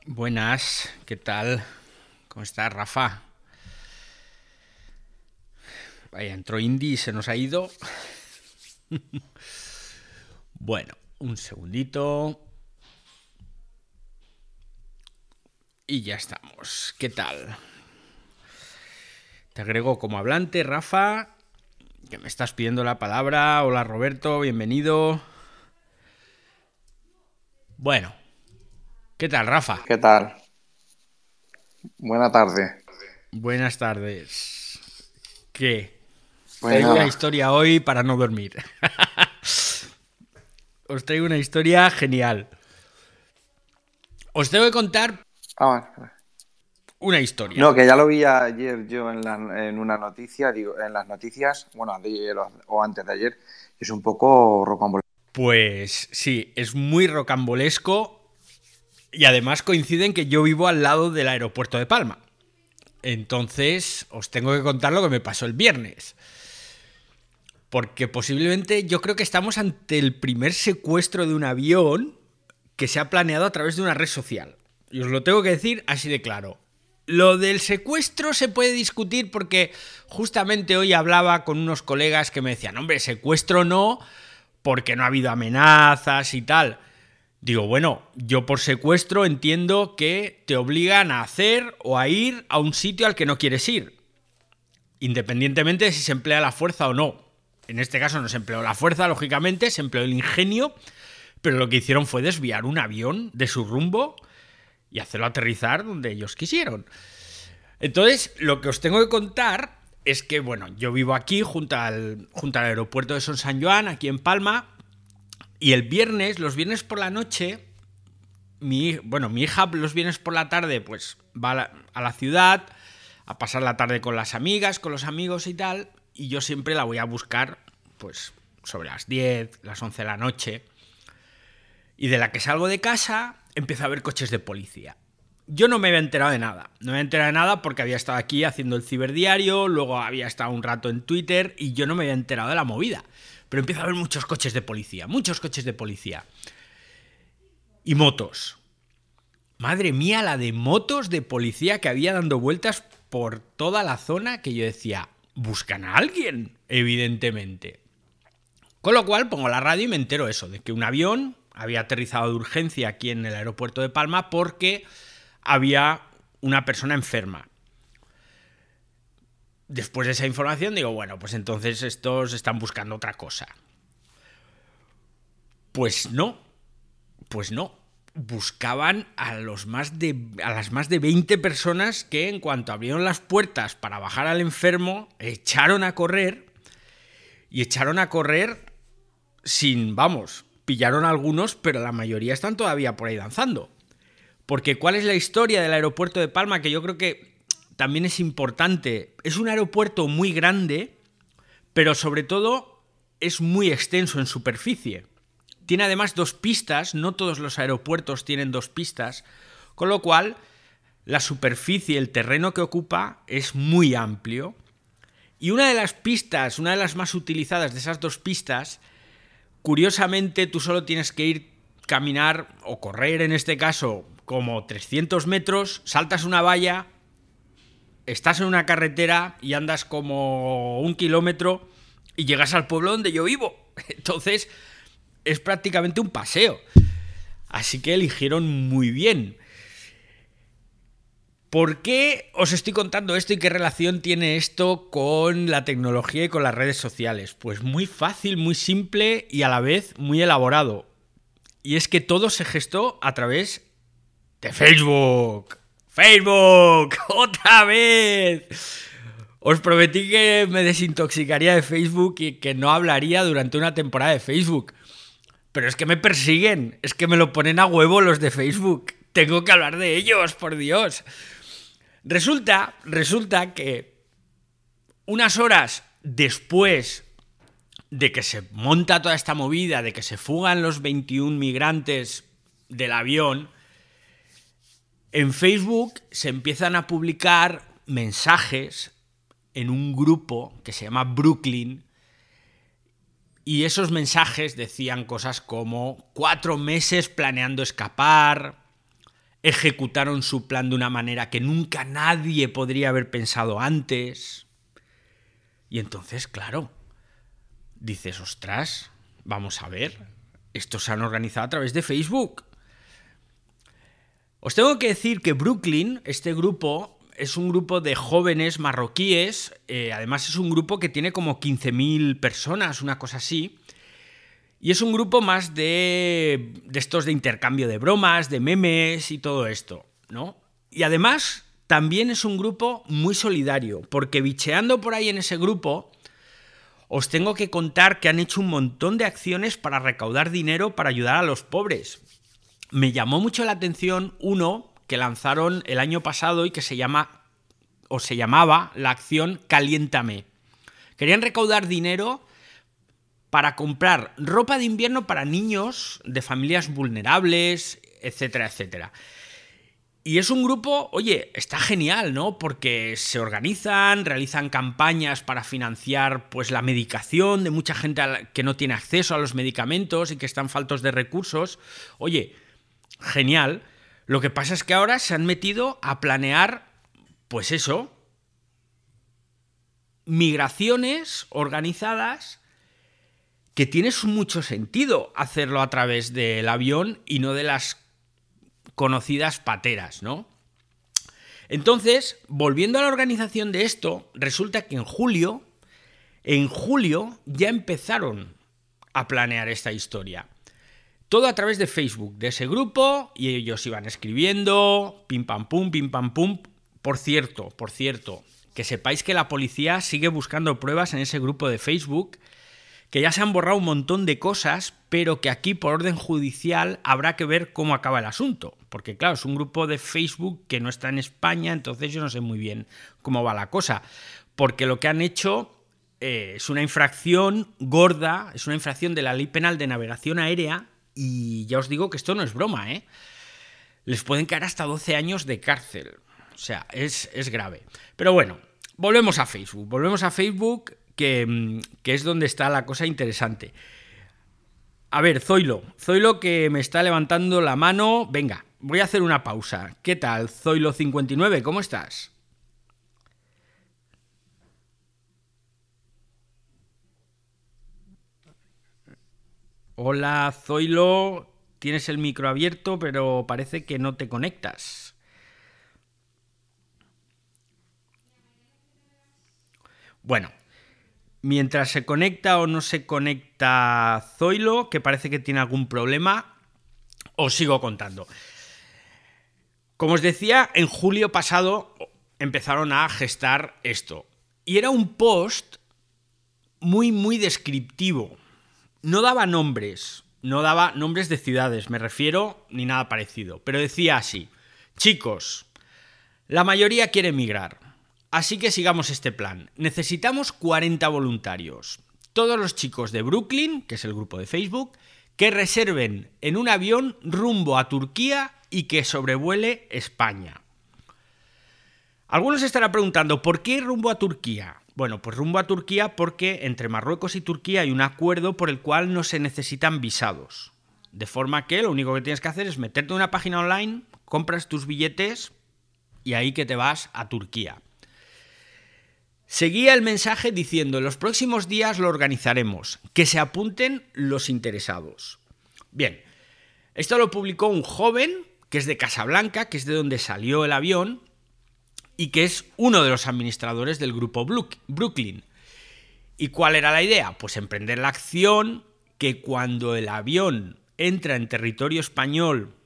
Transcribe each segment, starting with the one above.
Buenas, ¿qué tal? ¿Cómo estás, Rafa? Vaya, entró Indy y se nos ha ido. Bueno, un segundito y ya estamos. ¿Qué tal? Te agrego como hablante, Rafa, que me estás pidiendo la palabra. Hola, Roberto, bienvenido. Bueno, ¿qué tal, Rafa? ¿Qué tal? Buena tarde. Buenas tardes. ¿Qué? Pues Traigo una nada. historia hoy para no dormir. Os traigo una historia genial. Os tengo que contar Vale. una historia. No, que ya lo vi ayer yo en una noticia, digo, en las noticias, bueno, ayer o antes de ayer, es un poco rocambolesco. Pues sí, es muy rocambolesco y además coinciden que yo vivo al lado del aeropuerto de Palma. Entonces os tengo que contar lo que me pasó el viernes. Porque posiblemente yo creo que estamos ante el primer secuestro de un avión que se ha planeado a través de una red social. Y os lo tengo que decir así de claro. Lo del secuestro se puede discutir porque justamente hoy hablaba con unos colegas que me decían, hombre, secuestro no, porque no ha habido amenazas y tal. Digo, bueno, yo por secuestro entiendo que te obligan a hacer o a ir a un sitio al que no quieres ir, independientemente de si se emplea la fuerza o no. En este caso no se empleó la fuerza, lógicamente, se empleó el ingenio, pero lo que hicieron fue desviar un avión de su rumbo y hacerlo aterrizar donde ellos quisieron. Entonces, lo que os tengo que contar es que, bueno, yo vivo aquí junto al aeropuerto de Son San Joan, aquí en Palma, y el viernes, los viernes por la noche, mi hija los viernes por la tarde pues va a la ciudad a pasar la tarde con las amigas, con los amigos y tal, y yo siempre la voy a buscar pues sobre las 10, las 11 de la noche, y de la que salgo de casa empiezo a ver coches de policía. Yo no me había enterado de nada, no me había enterado de nada porque había estado aquí haciendo el ciberdiario, luego había estado un rato en Twitter y yo no me había enterado de la movida. Pero empiezo a ver muchos coches de policía, muchos coches de policía. Y motos. Madre mía, la de motos de policía que había dando vueltas por toda la zona que yo decía, buscan a alguien, evidentemente. Con lo cual pongo la radio y me entero eso, de que un avión había aterrizado de urgencia aquí en el aeropuerto de Palma porque había una persona enferma. Después de esa información digo, bueno, pues entonces estos están buscando otra cosa. Pues no, pues no. Buscaban a las más de 20 personas que en cuanto abrieron las puertas para bajar al enfermo, echaron a correr y echaron a correr sin, vamos, pillaron a algunos, pero la mayoría están todavía por ahí danzando. Porque ¿cuál es la historia del aeropuerto de Palma? Que yo creo que también es importante. Es un aeropuerto muy grande, pero sobre todo es muy extenso en superficie. Tiene además dos pistas, no todos los aeropuertos tienen dos pistas, con lo cual la superficie, el terreno que ocupa es muy amplio. Y una de las pistas, una de las más utilizadas de esas dos pistas, curiosamente tú solo tienes que ir caminar o correr en este caso como 300 metros, saltas una valla, estás en una carretera y andas como 1 kilómetro y llegas al pueblo donde yo vivo. Entonces es prácticamente un paseo. Así que eligieron muy bien. ¿Por qué os estoy contando esto y qué relación tiene esto con la tecnología y con las redes sociales? Pues muy fácil, muy simple y a la vez muy elaborado. Y es que todo se gestó a través de Facebook. ¡Facebook! ¡Otra vez! Os prometí que me desintoxicaría de Facebook y que no hablaría durante una temporada de Facebook. Pero es que me persiguen, es que me lo ponen a huevo los de Facebook. Tengo que hablar de ellos, por Dios. Resulta que unas horas después de que se monta toda esta movida, de que se fugan los 21 migrantes del avión, en Facebook se empiezan a publicar mensajes en un grupo que se llama Brooklyn. Y esos mensajes decían cosas como 4 meses planeando escapar, ejecutaron su plan de una manera que nunca nadie podría haber pensado antes. Y entonces, claro, dices, ostras, vamos a ver, estos se han organizado a través de Facebook. Os tengo que decir que Brooklyn, este grupo, es un grupo de jóvenes marroquíes, además es un grupo que tiene como 15.000 personas, una cosa así, y es un grupo más de estos de intercambio de bromas, de memes y todo esto, ¿no? Y además también es un grupo muy solidario, porque bicheando por ahí en ese grupo, os tengo que contar que han hecho un montón de acciones para recaudar dinero para ayudar a los pobres. Me llamó mucho la atención uno que lanzaron el año pasado y que se llamaba la acción Caliéntame. Querían recaudar dinero para comprar ropa de invierno para niños de familias vulnerables, etcétera, etcétera. Y es un grupo, oye, está genial, ¿no? Porque se organizan, realizan campañas para financiar pues la medicación de mucha gente que no tiene acceso a los medicamentos y que están faltos de recursos. Oye, genial. Lo que pasa es que ahora se han metido a planear, pues eso, migraciones organizadas, que tiene mucho sentido hacerlo a través del avión y no de las conocidas pateras, ¿no? Entonces, volviendo a la organización de esto, resulta que en julio ya empezaron a planear esta historia. Todo a través de Facebook, de ese grupo, y ellos iban escribiendo, pim pam pum, pim pam pum. Por cierto, que sepáis que la policía sigue buscando pruebas en ese grupo de Facebook, que ya se han borrado un montón de cosas, pero que aquí por orden judicial habrá que ver cómo acaba el asunto. Porque claro, es un grupo de Facebook que no está en España, entonces yo no sé muy bien cómo va la cosa. Porque lo que han hecho es una infracción gorda, es una infracción de la Ley Penal de Navegación Aérea, y ya os digo que esto no es broma, ¿eh? Les pueden caer hasta 12 años de cárcel. O sea, es grave. Pero bueno, volvemos a Facebook, que es donde está la cosa interesante. A ver, Zoilo que me está levantando la mano. Venga, voy a hacer una pausa. ¿Qué tal, Zoilo59? ¿Cómo estás? Hola, Zoilo. Tienes el micro abierto, pero parece que no te conectas. Bueno, mientras se conecta o no se conecta Zoilo, que parece que tiene algún problema, os sigo contando. Como os decía, en julio pasado empezaron a gestar esto. Y era un post muy, muy descriptivo. No daba nombres de ciudades, me refiero, ni nada parecido. Pero decía así: chicos, la mayoría quiere emigrar. Así que sigamos este plan. Necesitamos 40 voluntarios. Todos los chicos de Brooklyn, que es el grupo de Facebook, que reserven en un avión rumbo a Turquía y que sobrevuele España. Algunos se estarán preguntando, ¿por qué rumbo a Turquía? Bueno, pues rumbo a Turquía porque entre Marruecos y Turquía hay un acuerdo por el cual no se necesitan visados. De forma que lo único que tienes que hacer es meterte en una página online, compras tus billetes y ahí que te vas a Turquía. Seguía el mensaje diciendo: en los próximos días lo organizaremos, que se apunten los interesados. Bien, esto lo publicó un joven que es de Casablanca, que es de donde salió el avión y que es uno de los administradores del grupo Brooklyn. ¿Y cuál era la idea? Pues emprender la acción que cuando el avión entra en territorio español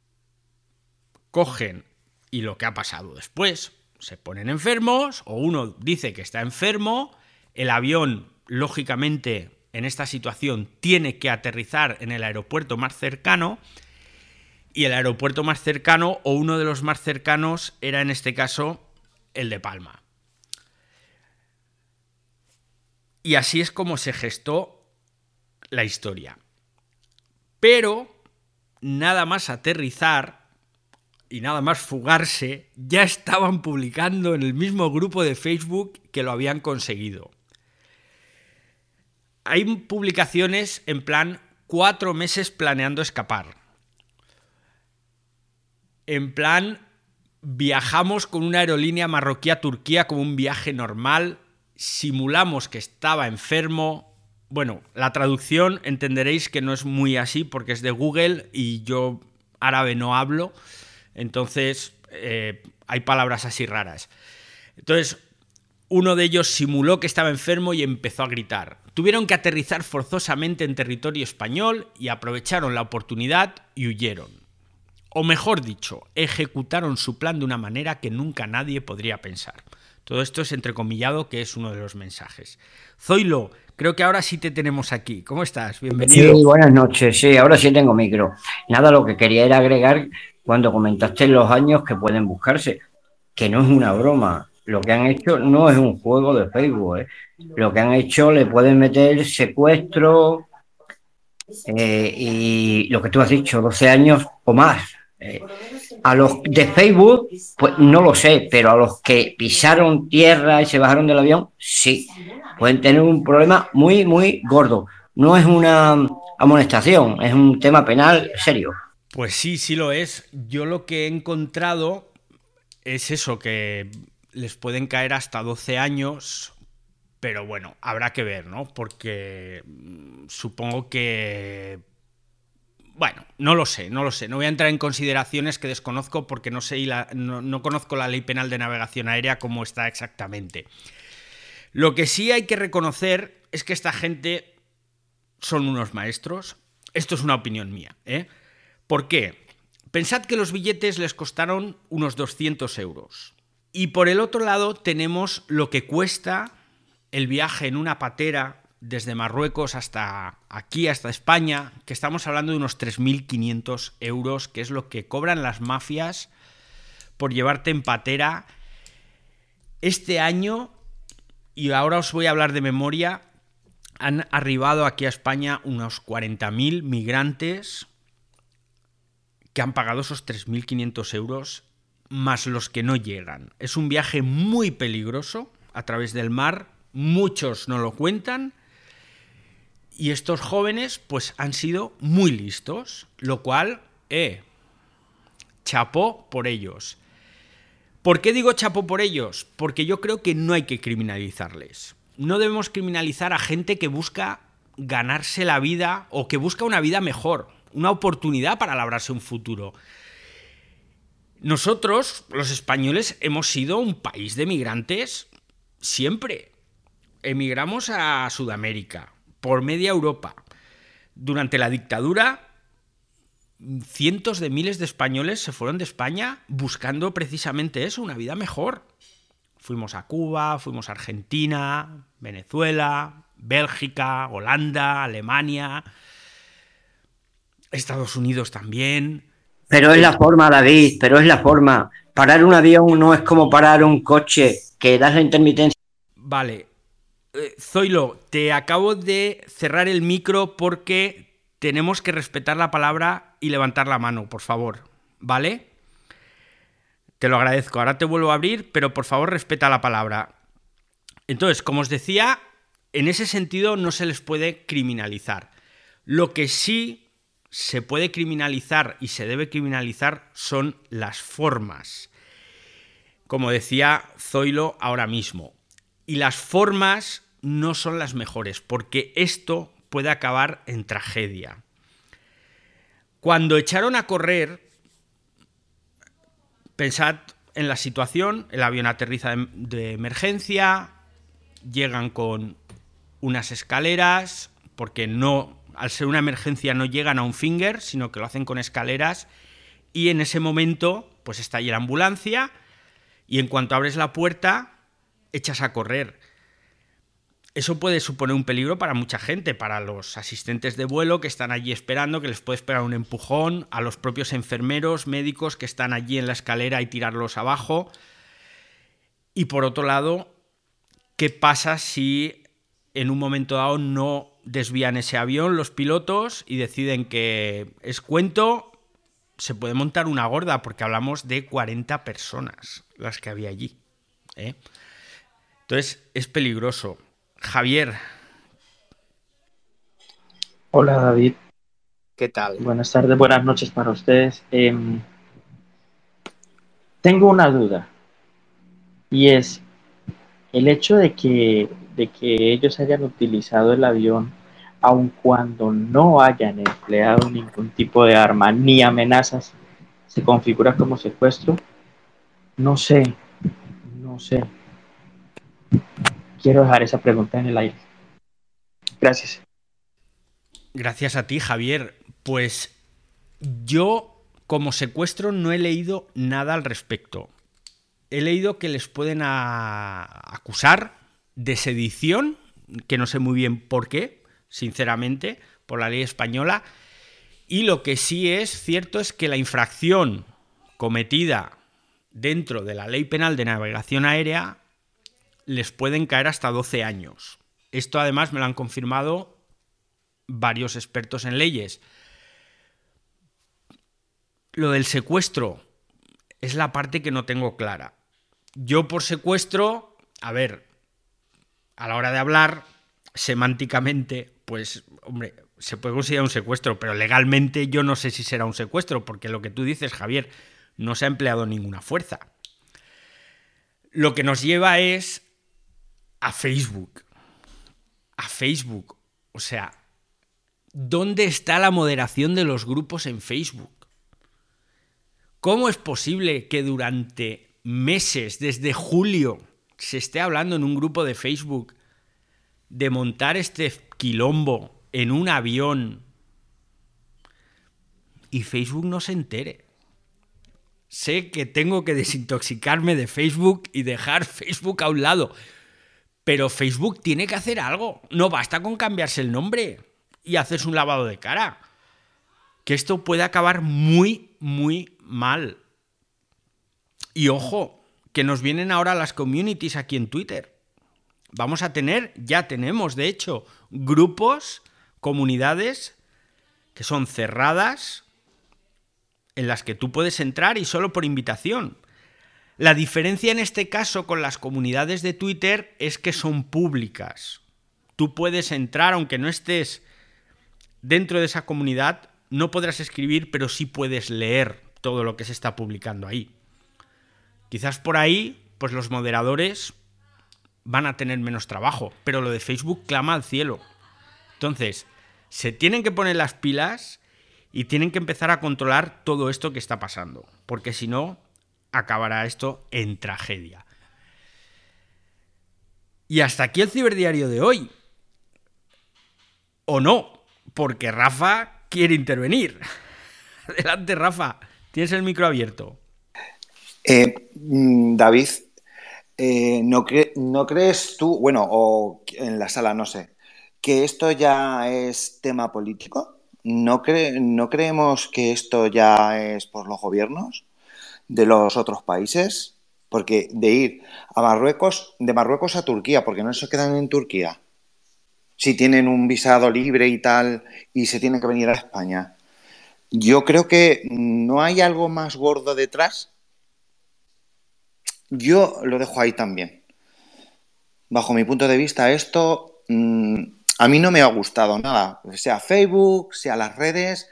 cogen, y lo que ha pasado después, se ponen enfermos, o uno dice que está enfermo, el avión, lógicamente, en esta situación tiene que aterrizar en el aeropuerto más cercano, y el aeropuerto más cercano, o uno de los más cercanos, era en este caso el de Palma. Y así es como se gestó la historia. Pero nada más aterrizar y nada más fugarse, ya estaban publicando en el mismo grupo de Facebook que lo habían conseguido. Hay publicaciones en plan 4 meses planeando escapar. En plan, viajamos con una aerolínea marroquí a Turquía como un viaje normal, simulamos que estaba enfermo. Bueno, la traducción entenderéis que no es muy así porque es de Google y yo árabe no hablo, entonces hay palabras así raras. Entonces, uno de ellos simuló que estaba enfermo y empezó a gritar. Tuvieron que aterrizar forzosamente en territorio español y aprovecharon la oportunidad y huyeron. O mejor dicho, ejecutaron su plan de una manera que nunca nadie podría pensar. Todo esto es entrecomillado, que es uno de los mensajes. Zoilo, creo que ahora sí te tenemos aquí. ¿Cómo estás? Bienvenido. Sí, buenas noches. Sí, ahora sí tengo micro. Nada, lo que quería era agregar cuando comentaste los años que pueden buscarse, que no es una broma. Lo que han hecho no es un juego de Facebook, ¿eh? Lo que han hecho le pueden meter secuestro y lo que tú has dicho, 12 años o más. A los de Facebook, pues no lo sé, pero a los que pisaron tierra y se bajaron del avión, sí. Pueden tener un problema muy, muy gordo. No es una amonestación, es un tema penal serio. Pues sí, sí lo es. Yo lo que he encontrado es eso, que les pueden caer hasta 12 años, pero bueno, habrá que ver, ¿no? Porque supongo que... Bueno, no lo sé, no lo sé. No voy a entrar en consideraciones que desconozco porque no sé no conozco la ley penal de navegación aérea cómo está exactamente. Lo que sí hay que reconocer es que esta gente son unos maestros. Esto es una opinión mía, ¿eh? ¿Por qué? Pensad que los billetes les costaron unos 200 euros. Y por el otro lado tenemos lo que cuesta el viaje en una patera desde Marruecos hasta aquí, hasta España, que estamos hablando de unos 3.500 euros, que es lo que cobran las mafias por llevarte en patera. Este año, y ahora os voy a hablar de memoria, han arribado aquí a España unos 40.000 migrantes que han pagado esos 3.500 euros más los que no llegan. Es un viaje muy peligroso a través del mar, muchos no lo cuentan, y estos jóvenes pues han sido muy listos, lo cual, chapó por ellos. ¿Por qué digo chapó por ellos? Porque yo creo que no hay que criminalizarles. No debemos criminalizar a gente que busca ganarse la vida o que busca una vida mejor, una oportunidad para labrarse un futuro. Nosotros, los españoles, hemos sido un país de migrantes siempre. Emigramos a Sudamérica, por media Europa. Durante la dictadura, cientos de miles de españoles se fueron de España buscando precisamente eso, una vida mejor. Fuimos a Cuba, fuimos a Argentina, Venezuela, Bélgica, Holanda, Alemania, Estados Unidos también. Pero es la forma, David, pero es la forma. Parar un avión no es como parar un coche, que das la intermitencia. Vale. Zoilo, te acabo de cerrar el micro porque tenemos que respetar la palabra y levantar la mano, por favor. ¿Vale? Te lo agradezco. Ahora te vuelvo a abrir, pero por favor respeta la palabra. Entonces, como os decía, en ese sentido no se les puede criminalizar. Lo que sí se puede criminalizar y se debe criminalizar son las formas. Como decía Zoilo ahora mismo. Y las formas no son las mejores, porque esto puede acabar en tragedia. Cuando echaron a correr, pensad en la situación, el avión aterriza de emergencia, llegan con unas escaleras, porque no, al ser una emergencia no llegan a un finger, sino que lo hacen con escaleras, y en ese momento pues está ahí la ambulancia, y en cuanto abres la puerta, echas a correr. Eso puede suponer un peligro para mucha gente, para los asistentes de vuelo que están allí esperando, que les puede esperar un empujón, a los propios enfermeros, médicos que están allí en la escalera y tirarlos abajo. Y por otro lado, ¿qué pasa si en un momento dado no desvían ese avión los pilotos y deciden que es cuento? Se puede montar una gorda, porque hablamos de 40 personas las que había allí, ¿eh? Entonces es peligroso. Javier. Hola David, ¿Qué tal? buenas tardes, buenas noches para ustedes. Tengo una duda, y es el hecho de que ellos hayan utilizado el avión, aun cuando no hayan empleado ningún tipo de arma ni amenazas, se configura como secuestro. No sé, no sé. Quiero dejar esa pregunta en el aire. Gracias. Gracias a ti, Javier. Pues yo, como secuestro, no he leído nada al respecto. He leído que les pueden acusar de sedición, que no sé muy bien por qué, sinceramente, por la ley española. Y lo que sí es cierto es que la infracción cometida dentro de la Ley Penal de Navegación Aérea les pueden caer hasta 12 años. Esto además me lo han confirmado varios expertos en leyes. Lo del secuestro es la parte que no tengo clara. Yo por secuestro, a ver, a la hora de hablar, semánticamente, pues, hombre, se puede considerar un secuestro, pero legalmente yo no sé si será un secuestro, porque lo que tú dices, Javier, no se ha empleado ninguna fuerza. Lo que nos lleva es a Facebook. A Facebook. O sea, ¿dónde está la moderación de los grupos en Facebook? ¿Cómo es posible que durante meses, desde julio, se esté hablando en un grupo de Facebook de montar este quilombo en un avión y Facebook no se entere? Sé que tengo que desintoxicarme de Facebook y dejar Facebook a un lado, pero Facebook tiene que hacer algo. No basta con cambiarse el nombre y hacerse un lavado de cara, que esto puede acabar muy, muy mal. Y ojo, que nos vienen ahora las communities aquí en Twitter. Vamos a tener, ya tenemos de hecho, grupos, comunidades que son cerradas, en las que tú puedes entrar y solo por invitación. La diferencia en este caso con las comunidades de Twitter es que son públicas. Tú puedes entrar, aunque no estés dentro de esa comunidad, no podrás escribir, pero sí puedes leer todo lo que se está publicando ahí. Quizás por ahí, pues los moderadores van a tener menos trabajo, pero lo de Facebook clama al cielo. Entonces, se tienen que poner las pilas y tienen que empezar a controlar todo esto que está pasando, porque si no, acabará esto en tragedia. Y hasta aquí el ciberdiario de hoy. O no, porque Rafa quiere intervenir. Adelante, Rafa, tienes el micro abierto. David, ¿no crees tú, bueno, o en la sala, no sé, que esto ya es tema político? ¿No creemos que esto ya es por los gobiernos de los otros países? Porque de ir a Marruecos, de Marruecos a Turquía, ¿por qué no se quedan en Turquía? Si tienen un visado libre y tal, y se tienen que venir a España. Yo creo que no hay algo más gordo detrás. Yo lo dejo ahí también. Bajo mi punto de vista, esto a mí no me ha gustado nada. Sea Facebook, sea las redes,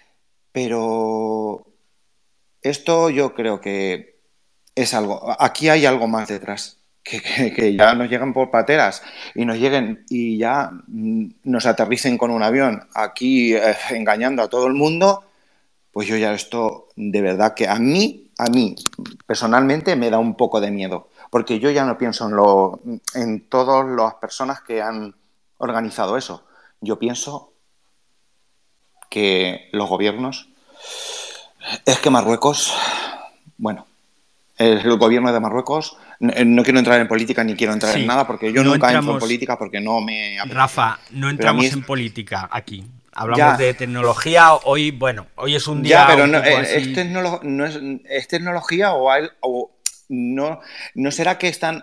pero esto yo creo que es algo. Aquí hay algo más detrás. Que ya nos llegan por pateras y nos lleguen y ya nos aterricen con un avión aquí engañando a todo el mundo, pues yo ya esto de verdad que a mí personalmente me da un poco de miedo, porque yo ya no pienso en todas las personas que han organizado eso. Yo pienso que los gobiernos, es que Marruecos, bueno, el gobierno de Marruecos, no quiero entrar en política ni quiero entrar en nada, porque yo nunca entro en política porque no me aprecio. Rafa, no entramos en política aquí. Hablamos de tecnología. Hoy, bueno, hoy es un día. Ya, pero ¿es tecnología o no será que están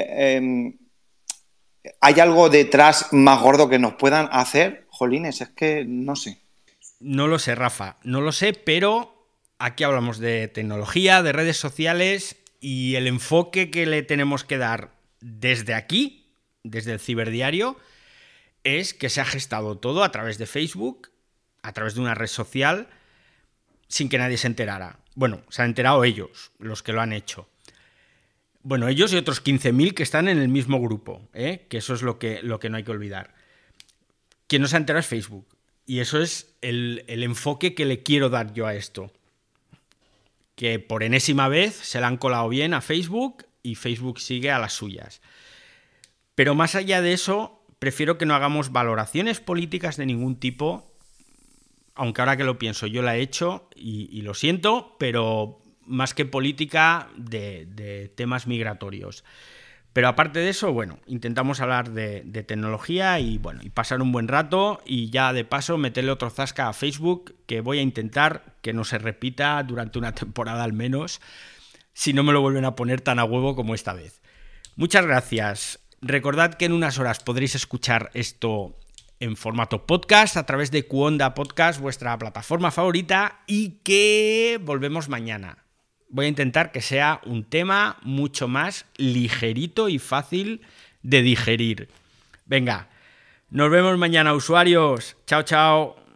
hay algo detrás más gordo que nos puedan hacer? Jolines, es que no sé. No lo sé, Rafa, no lo sé, pero aquí hablamos de tecnología, de redes sociales y el enfoque que le tenemos que dar desde aquí, desde el ciberdiario, es que se ha gestado todo a través de Facebook, a través de una red social, sin que nadie se enterara. Bueno, se han enterado ellos, los que lo han hecho. Bueno, ellos y otros 15.000 que están en el mismo grupo, que eso es lo que no hay que olvidar. Quien no se ha enterado es Facebook. Y eso es el enfoque que le quiero dar yo a esto. Que por enésima vez se le han colado bien a Facebook y Facebook sigue a las suyas. Pero más allá de eso, prefiero que no hagamos valoraciones políticas de ningún tipo, aunque ahora que lo pienso yo la he hecho y lo siento, pero más que política de temas migratorios. Pero aparte de eso, bueno, intentamos hablar de tecnología y pasar un buen rato y ya de paso meterle otro zasca a Facebook, que voy a intentar que no se repita durante una temporada al menos, si no me lo vuelven a poner tan a huevo como esta vez. Muchas gracias. Recordad que en unas horas podréis escuchar esto en formato podcast a través de Cuonda Podcast, vuestra plataforma favorita, y que volvemos mañana. Voy a intentar que sea un tema mucho más ligerito y fácil de digerir. Venga, nos vemos mañana, usuarios. Chao, chao.